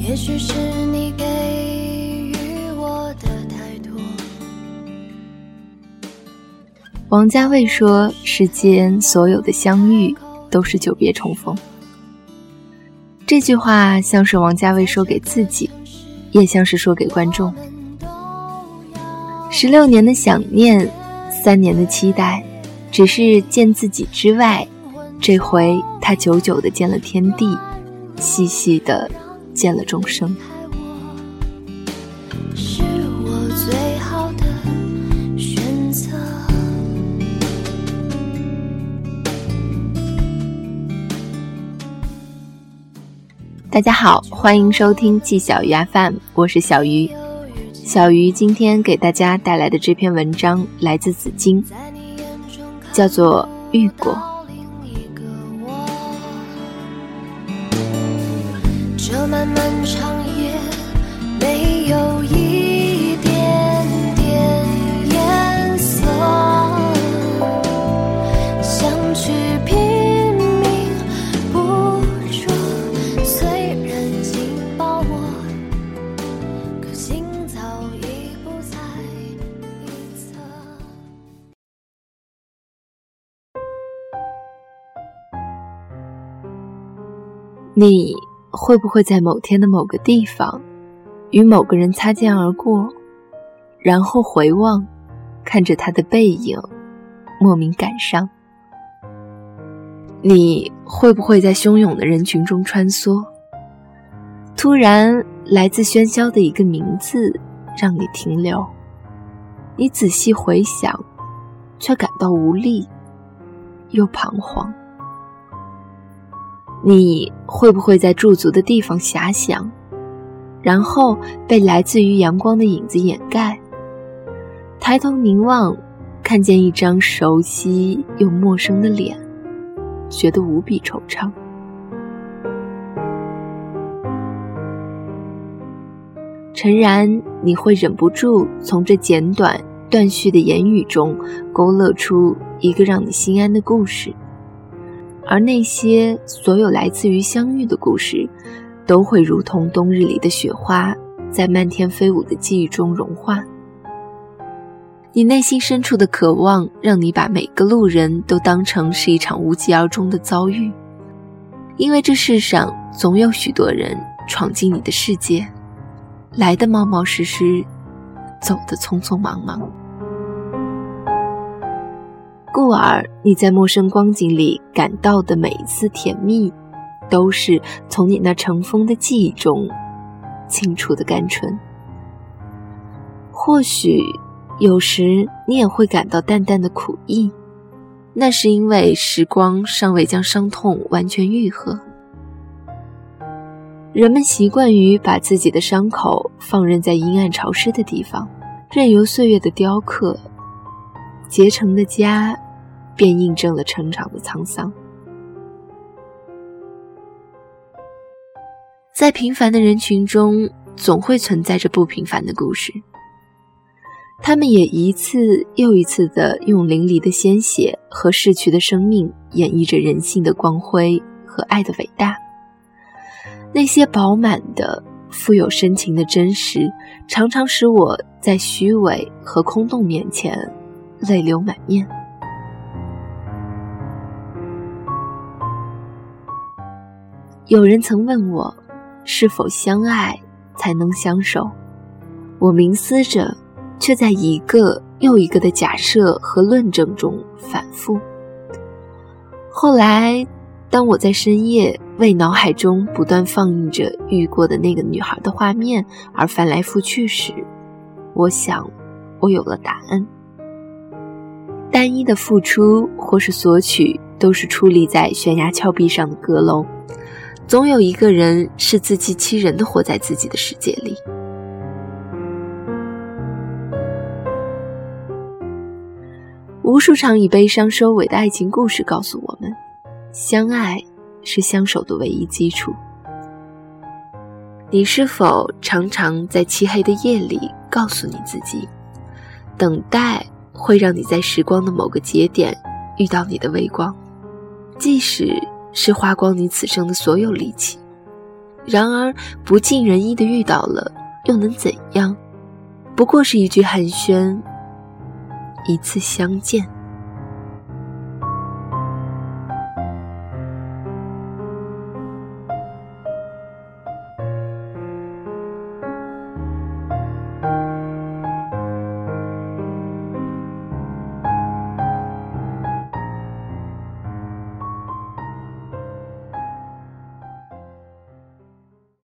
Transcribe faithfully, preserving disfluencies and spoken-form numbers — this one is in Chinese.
也许是你给予我的太多。 王家卫说，世间所有的相遇都是久别重逢。这句话像是王家卫说给自己，也像是说给观众。十六年的想念，三年的期待，只是见自己之外，这回他久久地见了天地，细细地见了众生。 是我最好的选择。 大家好，欢迎收听季小鱼 F M， 我是小鱼。小鱼今天给大家带来的这篇文章来自紫荆，叫做遇过。 这漫漫长夜没有一点点颜色，想去拼命捕捉，虽然紧抱我，可心早已不在一侧。 你会不会在某天的某个地方与某个人擦肩而过，然后回望，看着他的背影，莫名感伤？你会不会在汹涌的人群中穿梭，突然来自喧嚣的一个名字让你停留，你仔细回想，却感到无力又彷徨？你会不会在驻足的地方遐想，然后被来自于阳光的影子掩盖，抬头凝望，看见一张熟悉又陌生的脸，觉得无比惆怅？诚然，你会忍不住从这简短断续的言语中勾勒出一个让你心安的故事，而那些所有来自于相遇的故事，都会如同冬日里的雪花，在漫天飞舞的记忆中融化。你内心深处的渴望，让你把每个路人都当成是一场无疾而终的遭遇，因为这世上总有许多人闯进你的世界，来得冒冒失失，走得匆匆忙忙。故而你在陌生光景里感到的每一次甜蜜，都是从你那尘封的记忆中清除的甘醇。或许有时你也会感到淡淡的苦意，那是因为时光尚未将伤痛完全愈合。人们习惯于把自己的伤口放任在阴暗潮湿的地方，任由岁月的雕刻，结成的痂便印证了成长的沧桑。在平凡的人群中，总会存在着不平凡的故事，他们也一次又一次地用淋漓的鲜血和逝去的生命演绎着人性的光辉和爱的伟大。那些饱满的富有深情的真实，常常使我在虚伪和空洞面前泪流满面。有人曾问我，是否相爱才能相守？我冥思着，却在一个又一个的假设和论证中反复。后来，当我在深夜为脑海中不断放映着遇过的那个女孩的画面而翻来覆去时，我想，我有了答案。单一的付出或是索取，都是矗立在悬崖峭壁上的阁楼，总有一个人是自欺欺人的活在自己的世界里。无数场以悲伤收尾的爱情故事告诉我们，相爱是相守的唯一基础。你是否常常在漆黑的夜里告诉你自己，等待会让你在时光的某个节点遇到你的微光，即使是花光你此生的所有力气， 然而不尽人意的遇到了，又能怎样？不过是一句寒暄，一次相见。